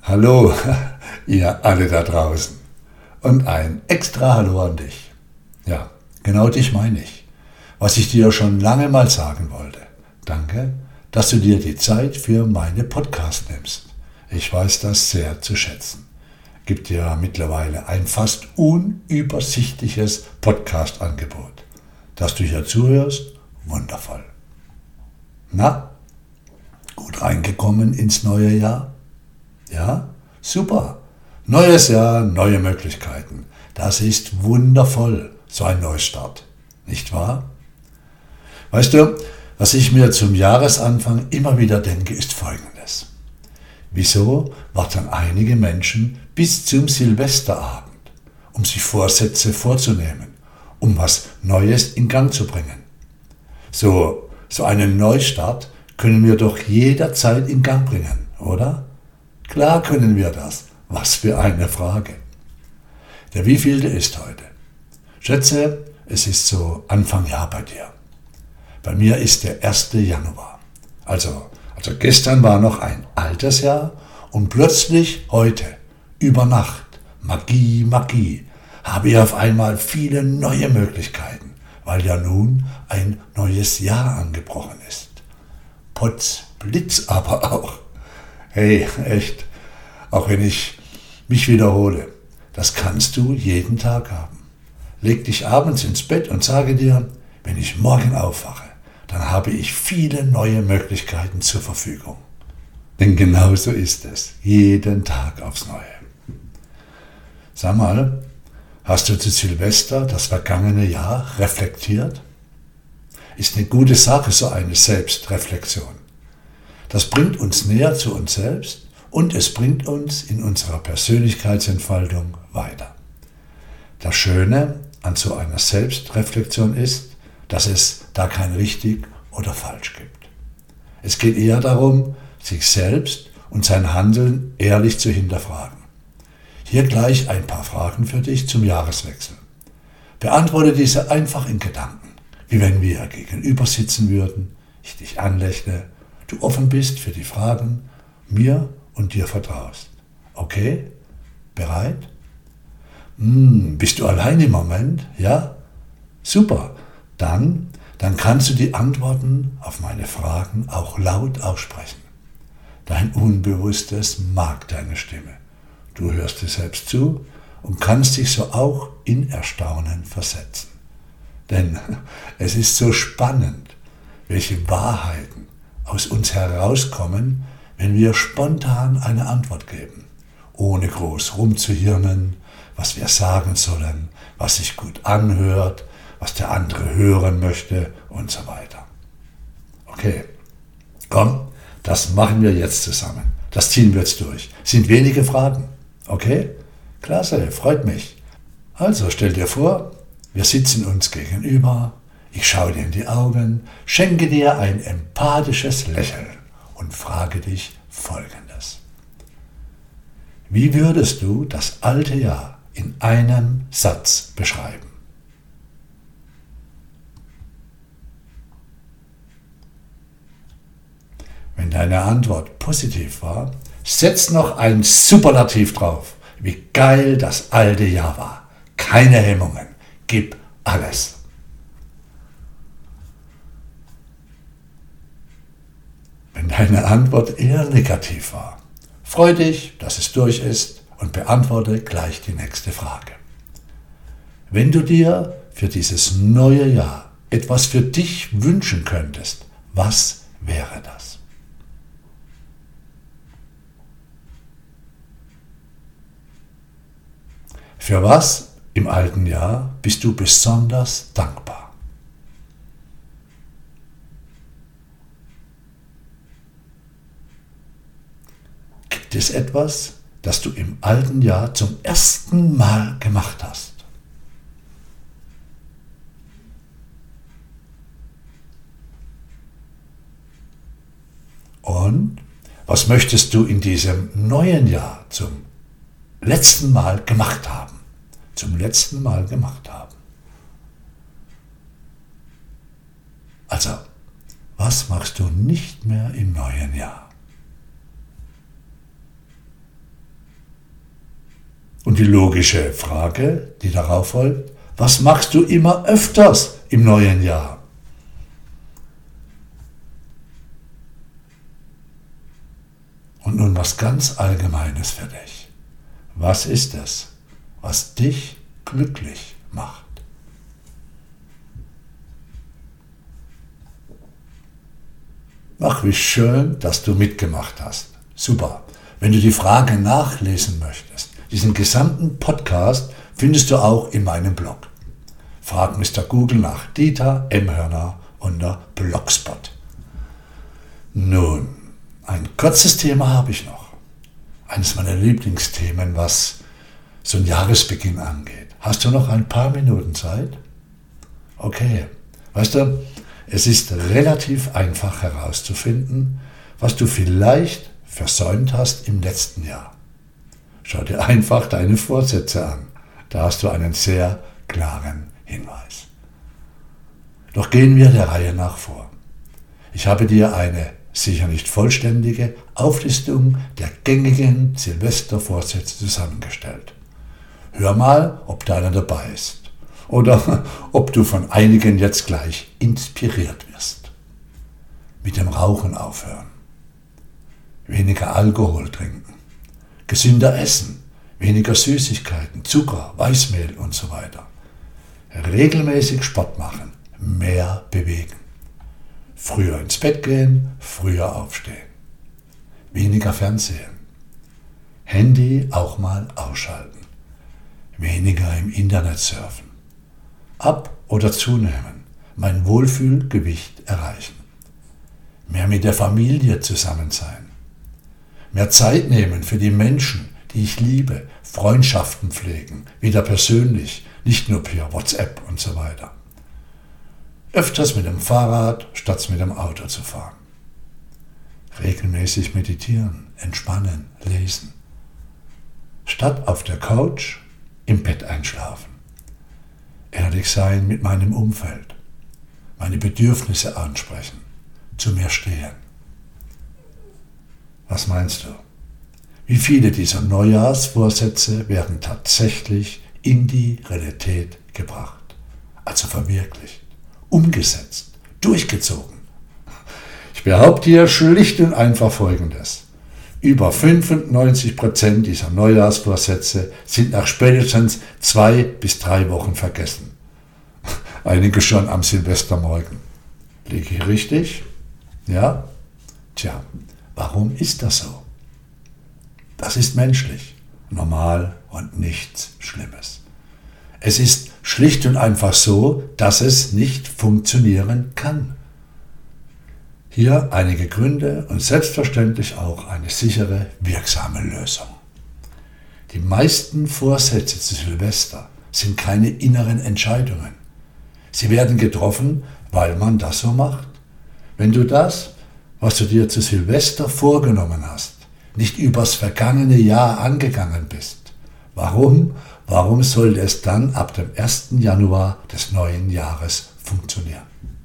Hallo, ihr alle da draußen. Und ein extra Hallo an dich. Ja, genau dich meine ich. Was ich dir schon lange mal sagen wollte. Danke, dass du dir die Zeit für meine Podcast nimmst. Ich weiß das sehr zu schätzen. Gibt dir mittlerweile ein fast unübersichtliches Podcast-Angebot. Dass du hier zuhörst, wundervoll. Na, gut reingekommen ins neue Jahr? Ja, super. Neues Jahr, neue Möglichkeiten. Das ist wundervoll, so ein Neustart. Nicht wahr? Weißt du, was ich mir zum Jahresanfang immer wieder denke, ist Folgendes. Wieso warten einige Menschen bis zum Silvesterabend, um sich Vorsätze vorzunehmen, um was Neues in Gang zu bringen? So einen Neustart können wir doch jederzeit in Gang bringen, oder? Klar können wir das. Was für eine Frage. Der wievielte ist heute? Schätze, es ist so Anfang Jahr bei dir. Bei mir ist der 1. Januar. Also gestern war noch ein altes Jahr und plötzlich heute, über Nacht, Magie, habe ich auf einmal viele neue Möglichkeiten, weil ja nun ein neues Jahr angebrochen ist. Potzblitz aber auch. Hey, echt, auch wenn ich mich wiederhole, das kannst du jeden Tag haben. Leg dich abends ins Bett und sage dir, wenn ich morgen aufwache, dann habe ich viele neue Möglichkeiten zur Verfügung. Denn genau so ist es, jeden Tag aufs Neue. Sag mal, hast du zu Silvester das vergangene Jahr reflektiert? Ist eine gute Sache, so eine Selbstreflexion. Das bringt uns näher zu uns selbst und es bringt uns in unserer Persönlichkeitsentfaltung weiter. Das Schöne an so einer Selbstreflexion ist, dass es da kein richtig oder falsch gibt. Es geht eher darum, sich selbst und sein Handeln ehrlich zu hinterfragen. Hier gleich ein paar Fragen für dich zum Jahreswechsel. Beantworte diese einfach in Gedanken, wie wenn wir gegenüber sitzen würden, ich dich anlächle, du offen bist für die Fragen, mir und dir vertraust. Okay? Bereit? Bist du allein im Moment? Ja? Super. Dann kannst du die Antworten auf meine Fragen auch laut aussprechen. Dein Unbewusstes mag deine Stimme. Du hörst dir selbst zu und kannst dich so auch in Erstaunen versetzen. Denn es ist so spannend, welche Wahrheiten aus uns herauskommen, wenn wir spontan eine Antwort geben, ohne groß rumzuhirnen, was wir sagen sollen, was sich gut anhört, was der andere hören möchte und so weiter. Okay, komm, das machen wir jetzt zusammen. Das ziehen wir jetzt durch. Sind wenige Fragen. Okay? Klasse, freut mich. Also stell dir vor, wir sitzen uns gegenüber, ich schaue dir in die Augen, schenke dir ein empathisches Lächeln und frage dich Folgendes. Wie würdest du das alte Jahr in einem Satz beschreiben? Wenn deine Antwort positiv war, setz noch ein Superlativ drauf. Wie geil das alte Jahr war. Keine Hemmungen. Gib alles. Wenn deine Antwort eher negativ war, freu dich, dass es durch ist und beantworte gleich die nächste Frage. Wenn du dir für dieses neue Jahr etwas für dich wünschen könntest, was wäre das? Für was im alten Jahr bist du besonders dankbar? Gibt es etwas, das du im alten Jahr zum ersten Mal gemacht hast? Und was möchtest du in diesem neuen Jahr zum letzten Mal gemacht haben? Zum letzten Mal gemacht haben. Also, was machst du nicht mehr im neuen Jahr? Und die logische Frage, die darauf folgt, was machst du immer öfters im neuen Jahr? Und nun was ganz Allgemeines für dich. Was ist es, was dich glücklich macht? Ach, wie schön, dass du mitgemacht hast. Super. Wenn du die Frage nachlesen möchtest, diesen gesamten Podcast findest du auch in meinem Blog. Frag Mr. Google nach Dieter M. Hörner unter Blogspot. Nun, ein kurzes Thema habe ich noch. Eines meiner Lieblingsthemen, was so einen Jahresbeginn angeht. Hast du noch ein paar Minuten Zeit? Okay. Weißt du, es ist relativ einfach herauszufinden, was du vielleicht versäumt hast im letzten Jahr. Schau dir einfach deine Vorsätze an. Da hast du einen sehr klaren Hinweis. Doch gehen wir der Reihe nach vor. Ich habe dir eine sicher nicht vollständige Auflistung der gängigen Silvestervorsätze zusammengestellt. Hör mal, ob deiner dabei ist oder ob du von einigen jetzt gleich inspiriert wirst. Mit dem Rauchen aufhören, weniger Alkohol trinken, gesünder essen, weniger Süßigkeiten, Zucker, Weißmehl und so weiter. Regelmäßig Sport machen, mehr bewegen. Früher ins Bett gehen, früher aufstehen. Weniger Fernsehen. Handy auch mal ausschalten. Weniger im Internet surfen. Ab- oder zunehmen. Mein Wohlfühlgewicht erreichen. Mehr mit der Familie zusammen sein. Mehr Zeit nehmen für die Menschen, die ich liebe. Freundschaften pflegen. Wieder persönlich, nicht nur per WhatsApp und so weiter. Öfters mit dem Fahrrad, statt mit dem Auto zu fahren. Regelmäßig meditieren, entspannen, lesen. Statt auf der Couch, im Bett einschlafen. Ehrlich sein mit meinem Umfeld. Meine Bedürfnisse ansprechen. Zu mir stehen. Was meinst du? Wie viele dieser Neujahrsvorsätze werden tatsächlich in die Realität gebracht? Also verwirklicht. Umgesetzt, durchgezogen. Ich behaupte dir schlicht und einfach Folgendes. Über 95% dieser Neujahrsvorsätze sind nach spätestens 2 bis 3 Wochen vergessen. Einige schon am Silvestermorgen. Liege ich richtig? Ja? Tja, warum ist das so? Das ist menschlich, normal und nichts Schlimmes. Es ist schlicht und einfach so, dass es nicht funktionieren kann. Hier einige Gründe und selbstverständlich auch eine sichere, wirksame Lösung. Die meisten Vorsätze zu Silvester sind keine inneren Entscheidungen. Sie werden getroffen, weil man das so macht. Wenn du das, was du dir zu Silvester vorgenommen hast, nicht übers vergangene Jahr angegangen bist, warum sollte es dann ab dem 1. Januar des neuen Jahres funktionieren?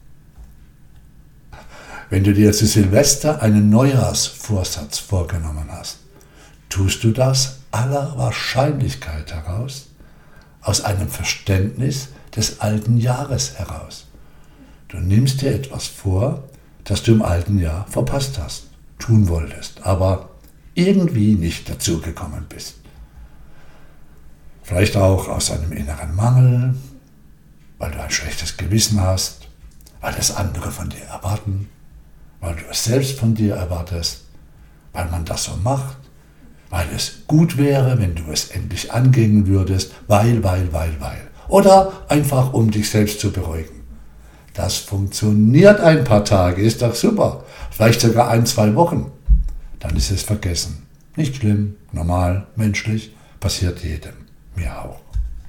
Wenn du dir zu Silvester einen Neujahrsvorsatz vorgenommen hast, tust du das aller Wahrscheinlichkeit heraus aus einem Verständnis des alten Jahres heraus. Du nimmst dir etwas vor, das du im alten Jahr verpasst hast, tun wolltest, aber irgendwie nicht dazu gekommen bist. Vielleicht auch aus einem inneren Mangel, weil du ein schlechtes Gewissen hast, weil das andere von dir erwarten, weil du es selbst von dir erwartest, weil man das so macht, weil es gut wäre, wenn du es endlich angehen würdest, weil. Oder einfach, um dich selbst zu beruhigen. Das funktioniert ein paar Tage, ist doch super. Vielleicht sogar 1-2 Wochen. Dann ist es vergessen. Nicht schlimm, normal, menschlich, passiert jedem, mir auch.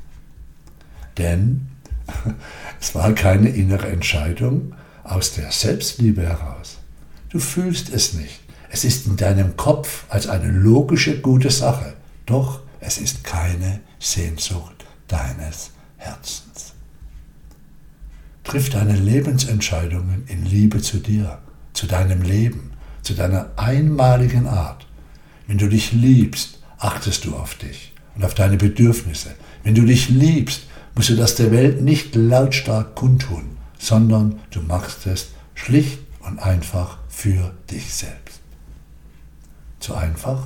Denn es war keine innere Entscheidung aus der Selbstliebe heraus. Du fühlst es nicht. Es ist in deinem Kopf als eine logische, gute Sache. Doch es ist keine Sehnsucht deines Herzens. Triff deine Lebensentscheidungen in Liebe zu dir, zu deinem Leben, zu deiner einmaligen Art. Wenn du dich liebst, achtest du auf dich, und auf deine Bedürfnisse. Wenn du dich liebst, musst du das der Welt nicht lautstark kundtun, sondern du machst es schlicht und einfach für dich selbst. Zu einfach?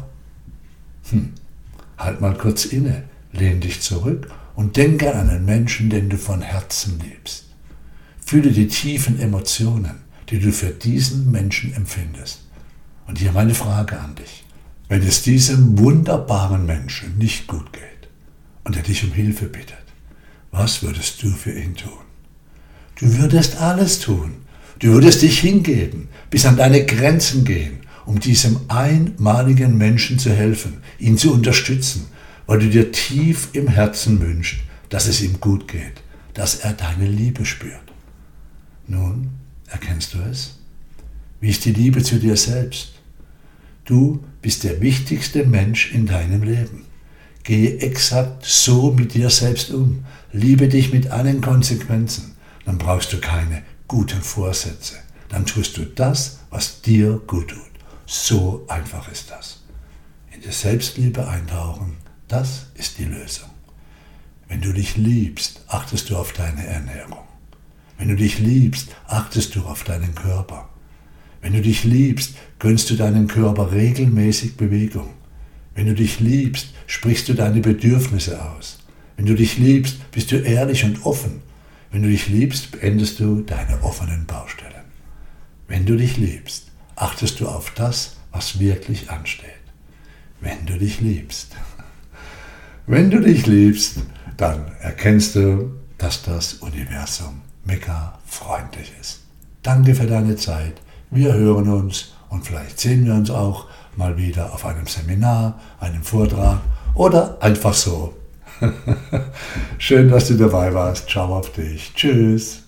Halt mal kurz inne, lehn dich zurück und denke an einen Menschen, den du von Herzen liebst. Fühle die tiefen Emotionen, die du für diesen Menschen empfindest. Und hier meine Frage an dich. Wenn es diesem wunderbaren Menschen nicht gut geht und er dich um Hilfe bittet, was würdest du für ihn tun? Du würdest alles tun. Du würdest dich hingeben, bis an deine Grenzen gehen, um diesem einmaligen Menschen zu helfen, ihn zu unterstützen, weil du dir tief im Herzen wünschst, dass es ihm gut geht, dass er deine Liebe spürt. Nun, erkennst du es? Wie ist die Liebe zu dir selbst? Du bist der wichtigste Mensch in deinem Leben. Gehe exakt so mit dir selbst um. Liebe dich mit allen Konsequenzen. Dann brauchst du keine guten Vorsätze. Dann tust du das, was dir gut tut. So einfach ist das. In die Selbstliebe eintauchen, das ist die Lösung. Wenn du dich liebst, achtest du auf deine Ernährung. Wenn du dich liebst, achtest du auf deinen Körper. Wenn du dich liebst, gönnst du deinem Körper regelmäßig Bewegung. Wenn du dich liebst, sprichst du deine Bedürfnisse aus. Wenn du dich liebst, bist du ehrlich und offen. Wenn du dich liebst, beendest du deine offenen Baustellen. Wenn du dich liebst, achtest du auf das, was wirklich ansteht. Wenn du dich liebst. Wenn du dich liebst, dann erkennst du, dass das Universum mega freundlich ist. Danke für deine Zeit. Wir hören uns und vielleicht sehen wir uns auch mal wieder auf einem Seminar, einem Vortrag oder einfach so. Schön, dass du dabei warst. Ciao auf dich. Tschüss.